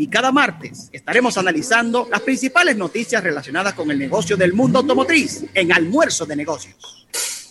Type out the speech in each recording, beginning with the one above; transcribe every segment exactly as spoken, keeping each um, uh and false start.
y cada martes estaremos analizando las principales noticias relacionadas con el negocio del mundo automotriz en Almuerzo de Negocios.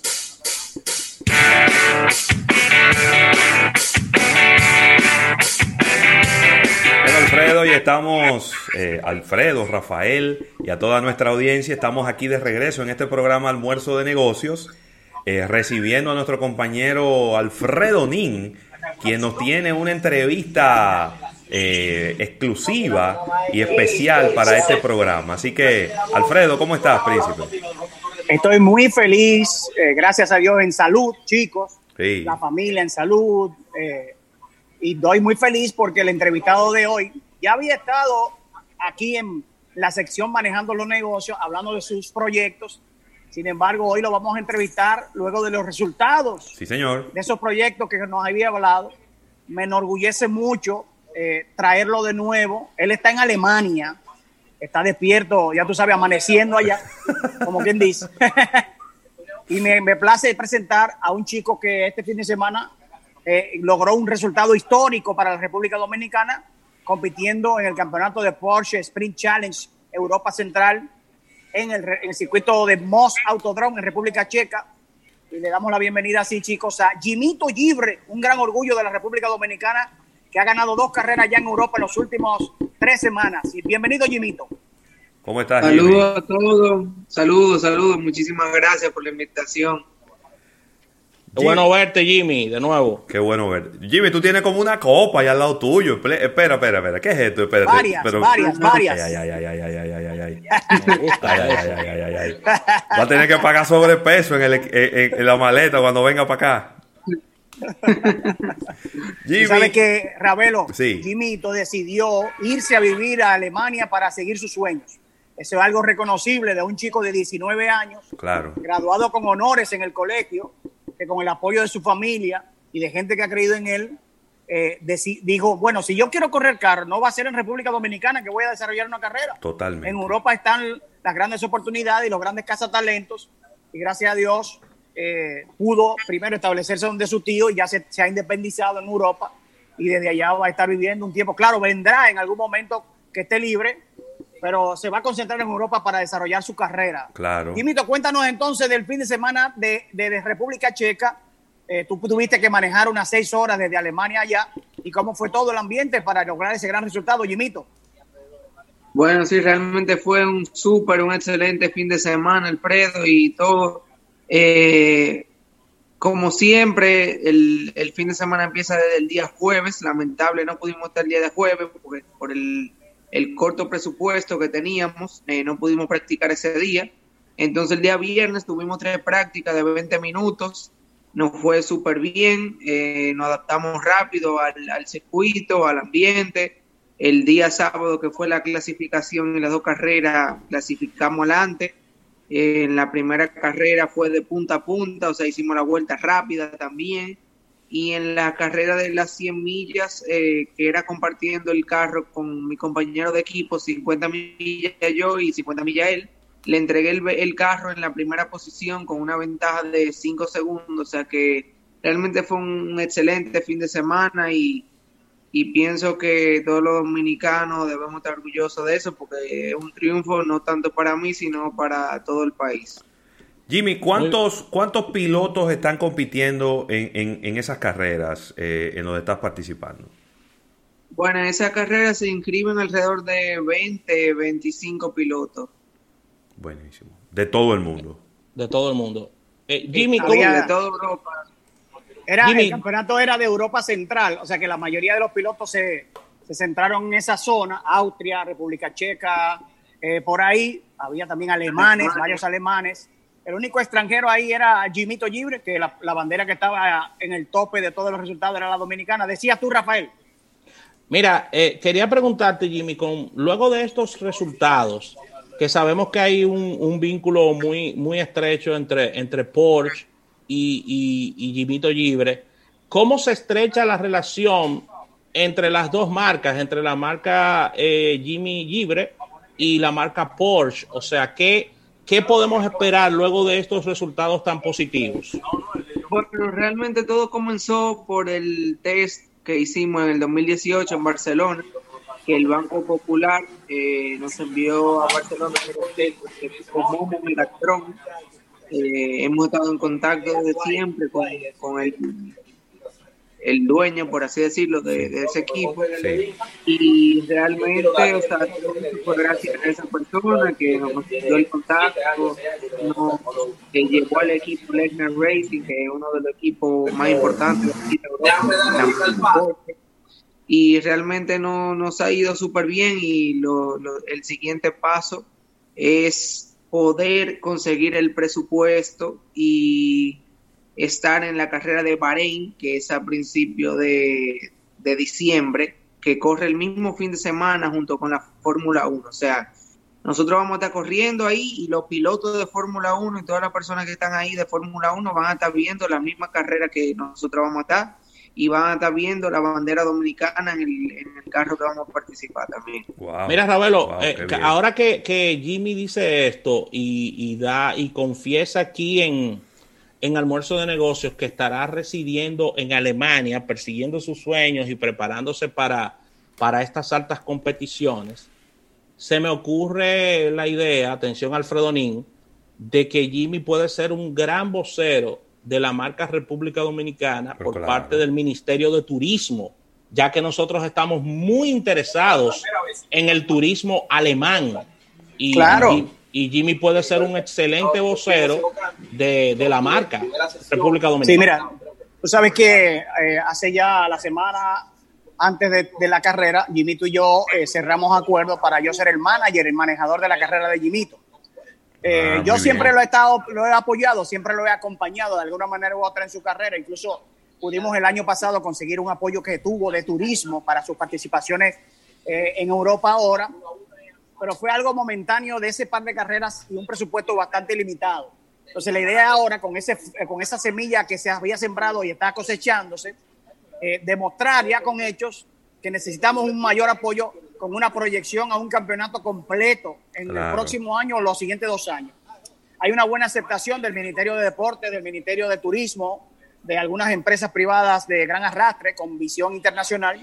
Bueno, Alfredo, y estamos, eh, Alfredo, Rafael y a toda nuestra audiencia, estamos aquí de regreso en este programa Almuerzo de Negocios, eh, recibiendo a nuestro compañero Alfredo Nin, quien nos tiene una entrevista eh, exclusiva y especial para este programa. Así que, Alfredo, ¿cómo estás, príncipe? Estoy muy feliz, eh, gracias a Dios, en salud, chicos, Sí. La familia en salud, eh, y doy muy feliz porque el entrevistado de hoy ya había estado aquí en la sección Manejando los Negocios, hablando de sus proyectos. Sin embargo, hoy lo vamos a entrevistar luego de los resultados Sí, señor. de esos proyectos que nos había hablado. Me enorgullece mucho eh, traerlo de nuevo. Él está en Alemania, está despierto, ya tú sabes, amaneciendo allá, como quien dice. Y me, me place presentar a un chico que este fin de semana eh, logró un resultado histórico para la República Dominicana, compitiendo en el campeonato de Porsche Sprint Challenge Europa Central en el, en el circuito de Most Autodrome en República Checa. Y le damos la bienvenida así, chicos, a Jimito Yibre, un gran orgullo de la República Dominicana, que ha ganado dos carreras ya en Europa en los últimos tres semanas. Y bienvenido, Jimito. ¿Cómo estás, Saludos a todos, saludos, saludos, muchísimas gracias por la invitación. Qué bueno verte, Jimmy, de nuevo. Qué bueno verte. Jimmy, tú tienes como una copa allá al lado tuyo. Espera, espera, espera. ¿Qué es esto? Espérate. Varias, Pero... varias, varias. Ay, ay, ay, ay, ay, ay, ay, ay, ay. Ay, ay, ay, ay, ay, ay. Va a tener que pagar sobrepeso en, el, en, en, en la maleta cuando venga para acá. Jimmy, ¿sabes qué, Ravelo? Sí. Jimito decidió irse a vivir a Alemania para seguir sus sueños. Eso es algo reconocible de un chico de diecinueve años, claro, graduado con honores en el colegio, que con el apoyo de su familia y de gente que ha creído en él, eh, deci- dijo, bueno, si yo quiero correr carro, no va a ser en República Dominicana que voy a desarrollar una carrera. Totalmente. En Europa están las grandes oportunidades y los grandes cazatalentos, y gracias a Dios eh, pudo primero establecerse donde su tío y ya se, se ha independizado en Europa, y desde allá va a estar viviendo un tiempo. Claro, vendrá en algún momento que esté libre, pero se va a concentrar en Europa para desarrollar su carrera. Claro. Jimito, cuéntanos entonces del fin de semana de, de, de República Checa. Eh, tú tuviste que manejar unas seis horas desde Alemania allá, y cómo fue todo el ambiente para lograr ese gran resultado, Jimito. Bueno, sí, realmente fue un súper, un excelente fin de semana, Alfredo, y todo. Eh, como siempre, el, el fin de semana empieza desde el día jueves. Lamentable, no pudimos estar el día de jueves porque por el... el corto presupuesto que teníamos, eh, no pudimos practicar ese día. Entonces el día viernes tuvimos tres prácticas de veinte minutos, nos fue súper bien, eh, nos adaptamos rápido al, al circuito, al ambiente. El día sábado, que fue la clasificación en las dos carreras, clasificamos adelante. Eh, en la primera carrera fue de punta a punta, o sea, hicimos la vuelta rápida también. Y en la carrera de las cien millas, eh, que era compartiendo el carro con mi compañero de equipo, cincuenta millas yo y cincuenta millas él, le entregué el, el carro en la primera posición con una ventaja de cinco segundos, o sea que realmente fue un excelente fin de semana, y, y pienso que todos los dominicanos debemos estar orgullosos de eso, porque es un triunfo no tanto para mí, sino para todo el país. Jimmy, ¿cuántos, ¿cuántos pilotos están compitiendo en, en, en esas carreras eh, en donde estás participando? Bueno, en esa carrera se inscriben alrededor de veinte, veinticinco pilotos. Buenísimo. De todo el mundo. De todo el mundo. Eh, Jimmy, Sí, ¿cómo? había- De toda Europa. Era, Jimmy. el campeonato era de Europa Central, o sea que la mayoría de los pilotos se, se centraron en esa zona, Austria, República Checa, eh, por ahí había también alemanes, Alemania. varios alemanes. El único extranjero ahí era Jimito Yibre, que la, la bandera que estaba en el tope de todos los resultados era la dominicana. Decías tú, Rafael. Mira, eh, quería preguntarte, Jimmy, con, luego de estos resultados, que sabemos que hay un, un vínculo muy, muy estrecho entre, entre Porsche y, y, y Jimito Yibre, ¿cómo se estrecha la relación entre las dos marcas, entre la marca eh, Jimmy Yibre y la marca Porsche? O sea, ¿qué, qué podemos esperar luego de estos resultados tan positivos? Bueno, realmente todo comenzó por el test que hicimos en el dos mil dieciocho en Barcelona, que el Banco Popular eh, nos envió a Barcelona con Momo Megatron. Eh, hemos estado en contacto desde siempre con, con el, el dueño, por así decirlo, de, de ese equipo. Sí. Y realmente, o sea, fue gracias a esa persona que nos dio el contacto, nos que llevó al equipo Lechner Racing, que es uno de los equipos más importantes de Europa. Y realmente no, nos ha ido súper bien, y lo, lo, el siguiente paso es poder conseguir el presupuesto y estar en la carrera de Bahrein, que es a principios de, de diciembre, que corre el mismo fin de semana junto con la Fórmula uno. O sea, nosotros vamos a estar corriendo ahí, y los pilotos de Fórmula uno y todas las personas que están ahí de Fórmula uno van a estar viendo la misma carrera que nosotros vamos a estar, y van a estar viendo la bandera dominicana en el, en el carro que vamos a participar también. Wow. Mira, Ravelo, wow, eh, que ahora que, que Jimmy dice esto y, y da y confiesa aquí en, en Almuerzo de Negocios que estará residiendo en Alemania, persiguiendo sus sueños y preparándose para, para estas altas competiciones, se me ocurre la idea, atención Alfredo Nin, de que Jimmy puede ser un gran vocero de la marca República Dominicana Pero por claro. parte del Ministerio de Turismo, ya que nosotros estamos muy interesados en el turismo alemán, y, claro. y, y Jimmy puede ser un excelente vocero de, de la marca República Dominicana. Sí, mira, tú sabes que eh, hace ya la semana antes de, de la carrera, Jimito y yo eh, cerramos acuerdos para yo ser el manager, el manejador de la carrera de Jimito. Eh, ah, yo siempre bien. lo he estado, lo he apoyado, siempre lo he acompañado de alguna manera u otra en su carrera. Incluso pudimos el año pasado conseguir un apoyo que tuvo de turismo para sus participaciones eh, en Europa ahora, pero fue algo momentáneo de ese par de carreras y un presupuesto bastante limitado. Entonces la idea ahora, con, ese, con esa semilla que se había sembrado y está cosechándose, eh, demostrar ya con hechos que necesitamos un mayor apoyo con una proyección a un campeonato completo en claro. el próximo año o los siguientes dos años. Hay una buena aceptación del Ministerio de Deportes, del Ministerio de Turismo, de algunas empresas privadas de gran arrastre con visión internacional,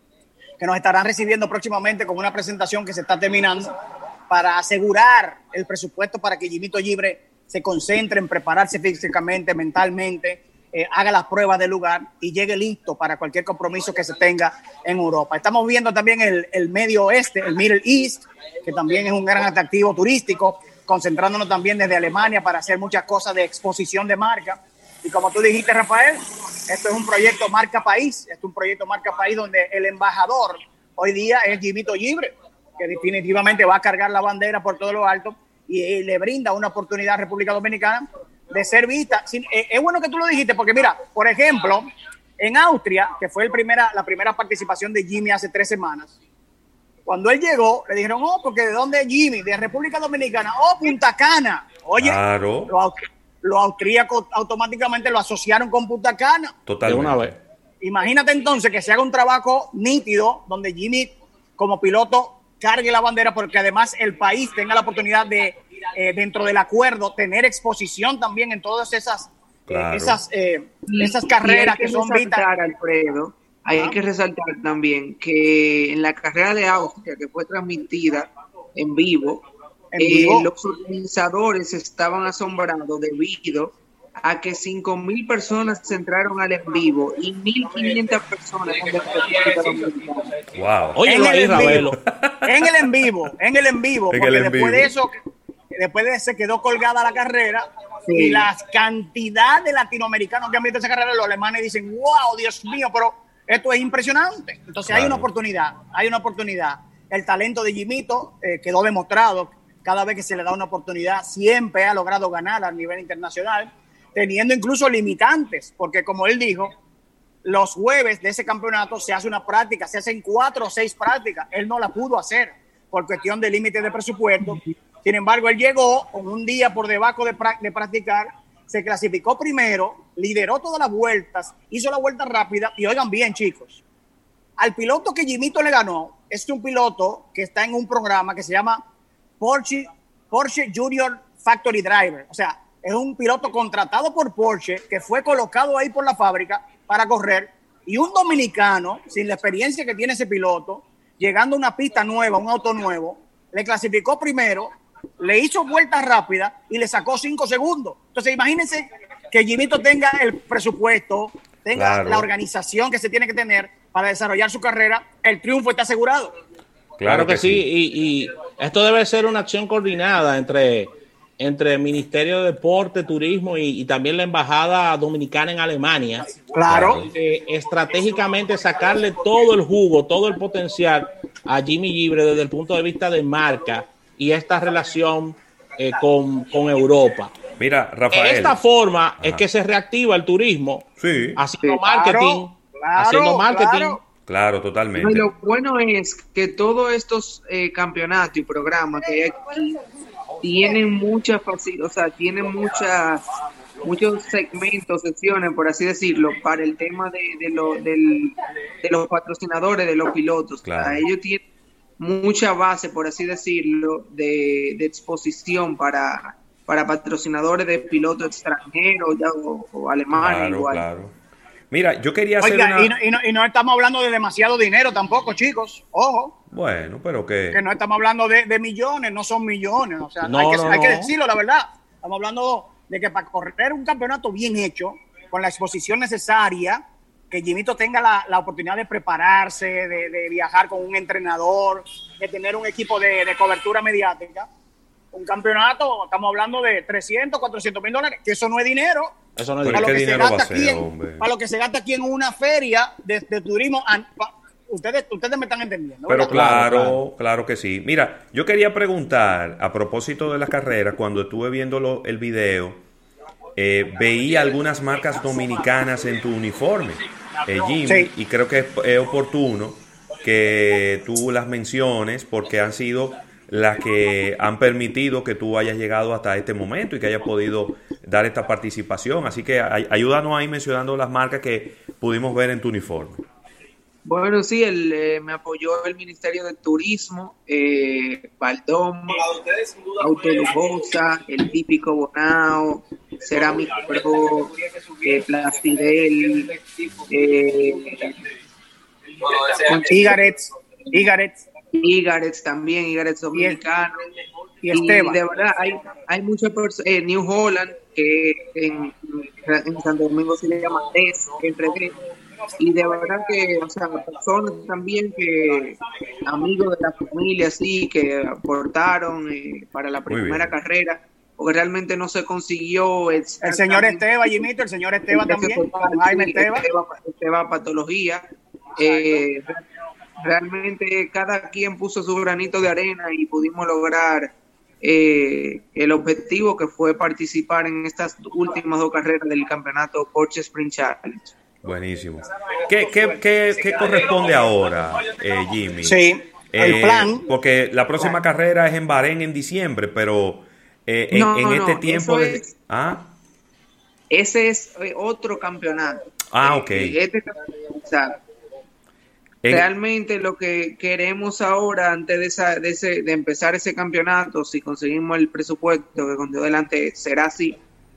que nos estarán recibiendo próximamente con una presentación que se está terminando para asegurar el presupuesto para que Jimito Libre se concentre en prepararse físicamente, mentalmente, Eh, haga las pruebas del lugar y llegue listo para cualquier compromiso que se tenga en Europa. Estamos viendo también el, el Medio Oeste, el Middle East, que también es un gran atractivo turístico, concentrándonos también desde Alemania para hacer muchas cosas de exposición de marca. Y como tú dijiste, Rafael, esto es un proyecto marca país, esto es un proyecto marca país donde el embajador hoy día es Jimito Libre, que definitivamente va a cargar la bandera por todo lo alto y, y le brinda una oportunidad a República Dominicana de ser vista. Es bueno que tú lo dijiste, porque mira, por ejemplo, en Austria, que fue el primera, la primera participación de Jimmy hace tres semanas, cuando él llegó, le dijeron, oh, porque ¿de dónde es Jimmy? De República Dominicana. Oh, Punta Cana. Oye, claro. los, los austríacos automáticamente lo asociaron con Punta Cana. Totalmente. De una vez. Imagínate entonces que se haga un trabajo nítido donde Jimmy, como piloto, cargue la bandera, porque además el país tenga la oportunidad de, eh, dentro del acuerdo, tener exposición también en todas esas, claro. eh, esas, eh, esas carreras que, que son vitales. Alfredo, hay ¿Ah? que resaltar también que en la carrera de Austria, que fue transmitida en vivo, ¿En vivo? Eh, los organizadores estaban asombrados debido a que cinco mil personas se entraron al en vivo y mil quinientas personas en el wow. Oye, en, el en, vivo, en el en vivo, en el en vivo, en porque en después vivo. de eso, después de eso quedó colgada la carrera sí. y la cantidad de latinoamericanos que han visto esa carrera, los alemanes dicen, wow, Dios mío, pero esto es impresionante. Entonces claro. hay una oportunidad, hay una oportunidad. El talento de Jimito eh, quedó demostrado. Cada vez que se le da una oportunidad, siempre ha logrado ganar a nivel internacional, teniendo incluso limitantes, porque como él dijo, los jueves de ese campeonato se hace una práctica, se hacen cuatro o seis prácticas. Él no la pudo hacer por cuestión de límite de presupuesto. Sin embargo, él llegó con un día por debajo de, de practicar, se clasificó primero, lideró todas las vueltas, hizo la vuelta rápida y oigan bien, chicos, al piloto que Jimito le ganó, es un piloto que está en un programa que se llama Porsche, Porsche Junior Factory Driver. O sea, es un piloto contratado por Porsche que fue colocado ahí por la fábrica para correr, y un dominicano, sin la experiencia que tiene ese piloto, llegando a una pista nueva, un auto nuevo, le clasificó primero, le hizo vueltas rápidas y le sacó cinco segundos. Entonces, imagínense que Jimito tenga el presupuesto, tenga claro. la organización que se tiene que tener para desarrollar su carrera, el triunfo está asegurado. Claro, claro que, que sí, sí. Y, y esto debe ser una acción coordinada entre, entre el Ministerio de Deporte, Turismo y, y también la Embajada Dominicana en Alemania. Claro. Eh, estratégicamente sacarle todo el jugo, todo el potencial a Jimmy Gibre desde el punto de vista de marca y esta relación eh, con, con Europa. Mira, Rafael. De esta forma Ajá. es que se reactiva el turismo, sí. haciendo sí, marketing, claro, haciendo marketing. Claro. Claro, totalmente. Y lo bueno es que todos estos eh, campeonatos y programas que hay aquí tienen muchas facilidades, o sea, tienen muchas muchos segmentos, secciones, por así decirlo, para el tema de, de, lo, del, de los patrocinadores, de los pilotos. Claro. O sea, ellos tienen mucha base, por así decirlo, de, de exposición para, para patrocinadores de pilotos extranjeros ya, o, o alemanes. Claro, igual. claro. Mira, yo quería hacer Oiga, una... y, no, y, no, y no estamos hablando de demasiado dinero tampoco, chicos. Ojo. Bueno, pero que... Que no estamos hablando de, de millones, no son millones. O sea, no, hay, que, no, hay no. que decirlo, la verdad. Estamos hablando de que para correr un campeonato bien hecho, con la exposición necesaria, que Jimito tenga la, la oportunidad de prepararse, de, de viajar con un entrenador, de tener un equipo de, de cobertura mediática. Un campeonato, estamos hablando de trescientos, cuatrocientos mil dólares, que eso no es dinero. Eso no es Pero dinero. ¿qué dinero va a ser, en, hombre? para lo que se gasta aquí en una feria de, de turismo. Ustedes, ustedes me están entendiendo, Pero ¿verdad? claro, Claro, claro, claro que sí. Mira, yo quería preguntar, a propósito de las carreras, cuando estuve viendo lo- el video, eh, veía algunas marcas dominicanas en tu uniforme, eh, Jimmy, Sí. y creo que es, es oportuno que tú las menciones porque han sido las que han permitido que tú hayas llegado hasta este momento y que hayas podido dar esta participación. Así que ay- ayúdanos ahí mencionando las marcas que pudimos ver en tu uniforme. Bueno, sí, el, eh, me apoyó el Ministerio de Turismo, eh, Baldón, Autolujosa, el Típico Bonao, Cerámica Pro, eh, Plastidel, eh, Igarets, Igarets Igarets también, Igarets Dominicano. y Esteban. Y de verdad, hay, hay muchas personas, eh, New Holland, que en, en Santo Domingo se le llama T E S, entre D. Y de verdad que, o sea, personas también que, amigos de la familia, así, que aportaron eh, para la primera carrera, porque realmente no se consiguió. El señor Esteban, Jimito, el señor Esteban también, total, Jaime sí, Esteban. Esteban, Esteban Patología. Eh, realmente cada quien puso su granito de arena y pudimos lograr eh, el objetivo que fue participar en estas últimas dos carreras del campeonato Porsche Sprint Challenge. Buenísimo. ¿Qué, qué, qué, qué corresponde ahora, eh, Jimmy? Sí, el Eh, plan. Porque la próxima carrera es en Bahrein en diciembre, pero eh, en, No, en no, este no, tiempo... eso de- es- ¿Ah? Ese es eh, otro campeonato. Ah, ok. Eh, este, o sea, En- realmente lo que queremos ahora, antes de, esa, de, ese, de empezar ese campeonato, si conseguimos el presupuesto que con Dios delante será así,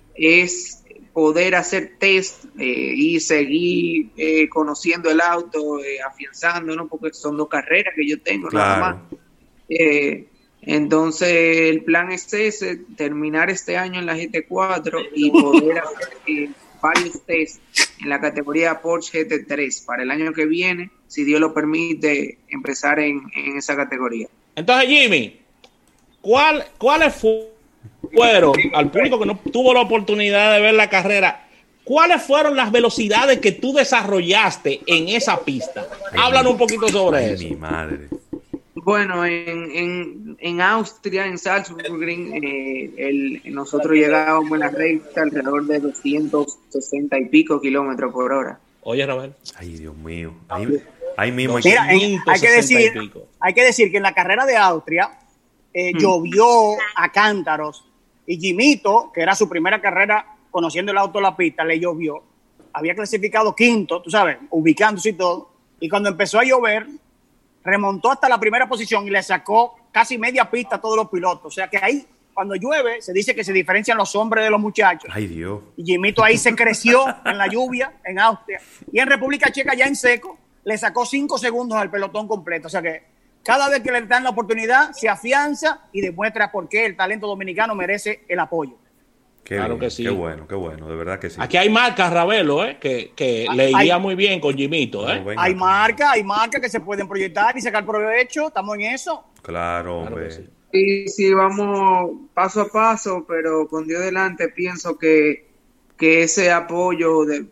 es poder hacer test eh, y seguir eh, conociendo el auto, eh, afianzándonos, porque son dos carreras que yo tengo nada Claro. más. Eh, entonces el plan es ese, terminar este año en la G T cuatro y poder hacer eh, varios test en la categoría Porsche G T tres para el año que viene, si Dios lo permite, empezar en, en esa categoría. Entonces, Jimmy, ¿cuál, ¿cuáles fu- fueron, al público que no tuvo la oportunidad de ver la carrera, cuáles fueron las velocidades que tú desarrollaste en esa pista? Ay, Háblanos mi- un poquito sobre ay, eso. mi madre. Bueno, en, en, en Austria, en Salzburg, eh, el, nosotros llegábamos en la recta alrededor de doscientos sesenta y pico kilómetros por hora. Oye, Robert. Ay, Dios mío. Ahí, ahí mismo. hay- Mira, en- hay que decir, sesenta y pico. hay que decir que en la carrera de Austria eh, Hmm. llovió a cántaros y Jimito, que era su primera carrera conociendo el auto de la pista, le llovió. Había clasificado quinto, tú sabes, ubicándose y todo. Y cuando empezó a llover, remontó hasta la primera posición y le sacó casi media pista a todos los pilotos. O sea que ahí, cuando llueve, se dice que se diferencian los hombres de los muchachos. Ay, Dios. Y Jimito ahí se creció en la lluvia, en Austria. Y en República Checa, ya en seco, le sacó cinco segundos al pelotón completo. O sea que cada vez que le dan la oportunidad, se afianza y demuestra por qué el talento dominicano merece el apoyo. Qué claro bien, que sí. Qué bueno, qué bueno, de verdad que sí. Aquí hay marcas, Ravelo, ¿eh? que, que le iría muy bien con Jimito. ¿eh? No, venga. Hay marcas, hay marcas que se pueden proyectar y sacar provecho. Estamos en eso. Claro, Claro hombre. que sí. Sí, sí, vamos paso a paso, pero con Dios delante pienso que, que ese apoyo de,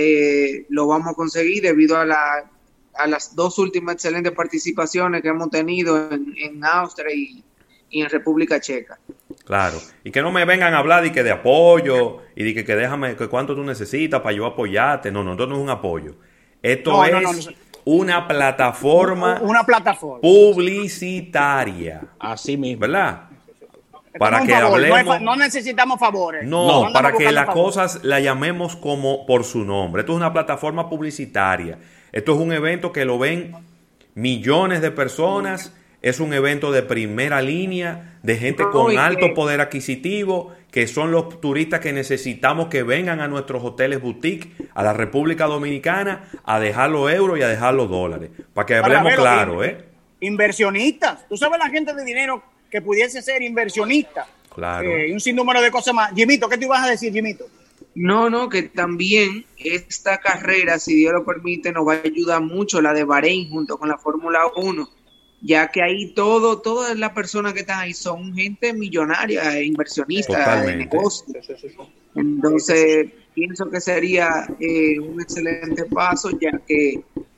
eh, lo vamos a conseguir debido a, la, a las dos últimas excelentes participaciones que hemos tenido en, en Austria y, y en República Checa. Claro, y que no me vengan a hablar de que de apoyo y de que, que déjame, que cuánto tú necesitas para yo apoyarte. No, no, esto no es un apoyo. Esto No, es no, no, no. una plataforma Una plataforma. publicitaria, Este Así mismo. ¿verdad? Esto Para no es que un favor, no, hablemos. es fa- no necesitamos favores. No, andamos para que buscando las favores. cosas la llamemos como por su nombre. Esto es una plataforma publicitaria. Esto es un evento que lo ven millones de personas. Es un evento de primera línea, de gente No, con y alto que- poder adquisitivo, que son los turistas que necesitamos que vengan a nuestros hoteles boutique, a la República Dominicana, a dejar los euros y a dejar los dólares. Para que hablemos Ravelo, claro, in- ¿eh? Inversionistas. Tú sabes la gente de dinero que pudiese ser inversionista. Claro. Eh, y un sinnúmero de cosas más. Jimito, ¿qué te ibas a decir, Jimito? No, no, que también esta carrera, si Dios lo permite, nos va a ayudar mucho, la de Bahrein junto con la Fórmula uno, ya que ahí todo, todas las personas que están ahí son gente millonaria, e inversionista, de Totalmente. negocio. Entonces, pienso que sería eh, un excelente paso, ya que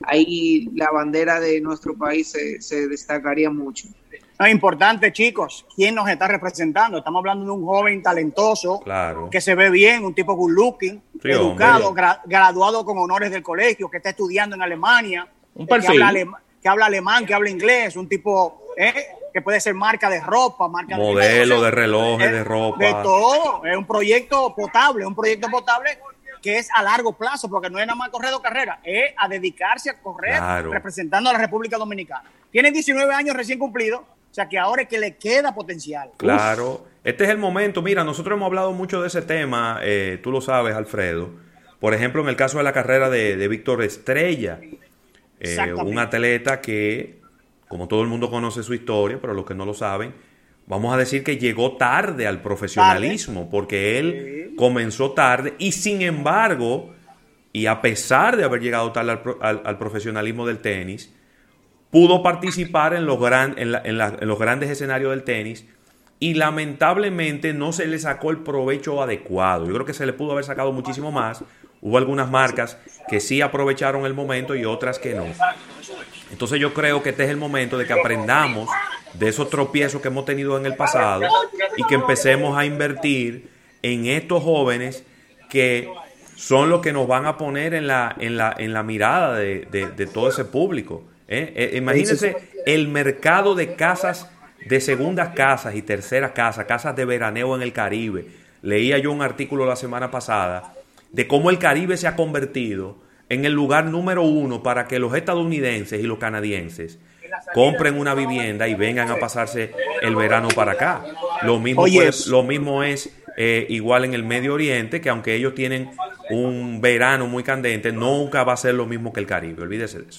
ahí la bandera de nuestro país se, se destacaría mucho. Es importante, chicos, quién nos está representando. Estamos hablando de un joven talentoso, Claro. que se ve bien, un tipo good looking, Sí, educado, hombre. gra- graduado con honores del colegio, que está estudiando en Alemania, Un eh, perfil. que, habla alema- que habla alemán, que habla inglés, un tipo eh, que puede ser marca de ropa, marca Modelo de, de relojes, eh, de ropa. de todo. Es un proyecto potable, un proyecto potable que es a largo plazo, porque no es nada más correr dos carreras, es a dedicarse a correr Claro. representando a la República Dominicana. Tiene diecinueve años recién cumplidos, o sea que ahora es que le queda potencial. Claro, este es el momento. Mira, nosotros hemos hablado mucho de ese tema, eh, tú lo sabes, Alfredo. Por ejemplo, en el caso de la carrera de, de Víctor Estrella, eh, Exactamente. un atleta que, como todo el mundo conoce su historia, pero los que no lo saben, vamos a decir que llegó tarde al profesionalismo, porque él comenzó tarde y sin embargo, y a pesar de haber llegado tarde al, pro- al- al profesionalismo del tenis, pudo participar en los, gran, en, la- en la- en los grandes escenarios del tenis y lamentablemente no se le sacó el provecho adecuado. Yo creo que se le pudo haber sacado muchísimo más. Hubo algunas marcas que sí aprovecharon el momento y otras que no. Entonces yo creo que este es el momento de que aprendamos de esos tropiezos que hemos tenido en el pasado y que empecemos a invertir en estos jóvenes que son los que nos van a poner en la, en la, en la mirada de, de- de todo ese público. ¿eh? Eh, imagínense el mercado de casas, de segundas casas y terceras casas, casas de veraneo en el Caribe. Leía yo un artículo la semana pasada de cómo el Caribe se ha convertido en el lugar número uno para que los estadounidenses y los canadienses compren una vivienda y vengan a pasarse el verano para acá. Lo mismo, Oye, puede- es- lo mismo es eh, igual en el Medio Oriente, que aunque ellos tienen un verano muy candente, nunca va a ser lo mismo que el Caribe. Olvídese de eso.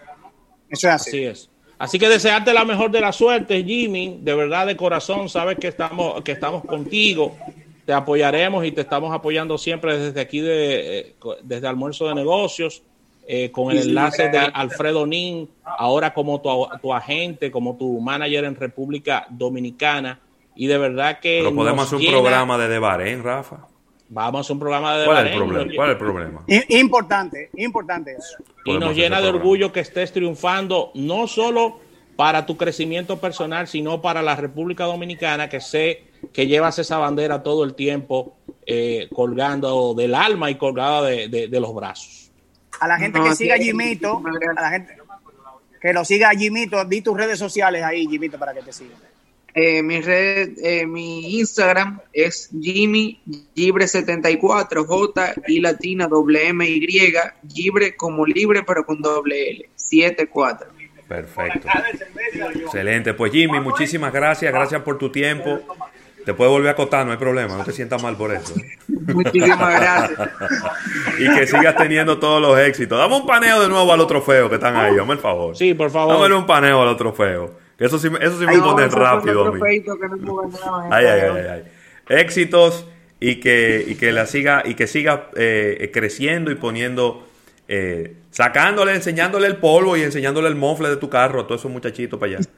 Eso es así. Así es. Así que desearte la mejor de la suerte, Jimmy. De verdad, de corazón, sabes que estamos, que estamos contigo. Te apoyaremos y te estamos apoyando siempre desde aquí, de, eh, co- desde Almuerzo de Negocios, eh, con el Sí, sí, enlace de gracias. Alfredo Nin, ahora como tu, tu agente, como tu manager en República Dominicana. Y de verdad que Pero podemos nos hacer un llena- programa de Bahrein, Rafa. Vamos a hacer un programa de ¿Cuál es el Bahrein, problema? nos- ¿Cuál es el problema? I- Importante, importante eso. y Podemos nos hacer llena ese de programa. orgullo que estés triunfando, no solo para tu crecimiento personal, sino para la República Dominicana, que sé que llevas esa bandera todo el tiempo eh, colgando del alma y colgada de, de- de los brazos. A la gente No, que siga a sí, Jimito, muchísimas gracias. a la gente que lo siga a Jimito, di tus redes sociales ahí, Jimito, para que te sigan. Eh, mi red, eh, mi Instagram es Jimmy Libre setenta y cuatro, J y latina doble M Y, Libre como libre pero con doble L, setenta y cuatro. Perfecto. Excelente. Pues Jimmy, muchísimas gracias. Gracias por tu tiempo. Te puedes volver a acotar, no hay problema. No te sientas mal por eso. Muchísimas gracias. Y que sigas teniendo todos los éxitos. Dame un paneo de nuevo a los trofeos que están ahí, dame el favor. Sí, por favor. Dame un paneo a los trofeos. Que eso sí, eso sí me Ay, pone no, rápido a mí. Que no ganado, Ay, ay, ay, ay. Éxitos y que, y que la siga, y que siga eh, creciendo y poniendo, eh, sacándole, enseñándole el polvo y enseñándole el mofle de tu carro a todos esos muchachitos para allá.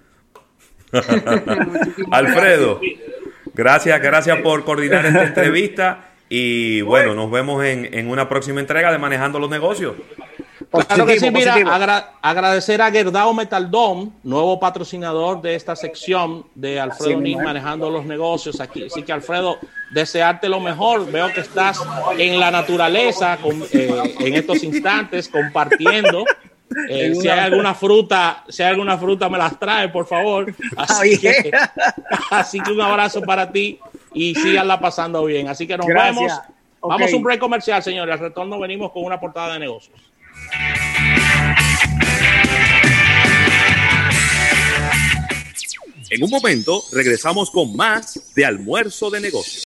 Alfredo, gracias, gracias por coordinar esta entrevista y bueno, nos vemos en, en una próxima entrega de Manejando los Negocios. Claro que sí, Positivo, mira, positivo. agra- agradecer a Gerdau Metaldom, nuevo patrocinador de esta sección de Alfredo Así Nin mismo, ¿eh? Manejando los Negocios aquí. Así que, Alfredo, desearte lo mejor. Veo que estás en la naturaleza con- eh, en estos instantes compartiendo. Eh, si hay alguna fruta, si hay alguna fruta, me las trae, por favor. Así que, así que un abrazo para ti y síganla pasando bien. Así que nos Gracias. vemos. Vamos Ok. a un break comercial, señores. Al retorno venimos con una portada de negocios. En un momento regresamos con más de Almuerzo de Negocios.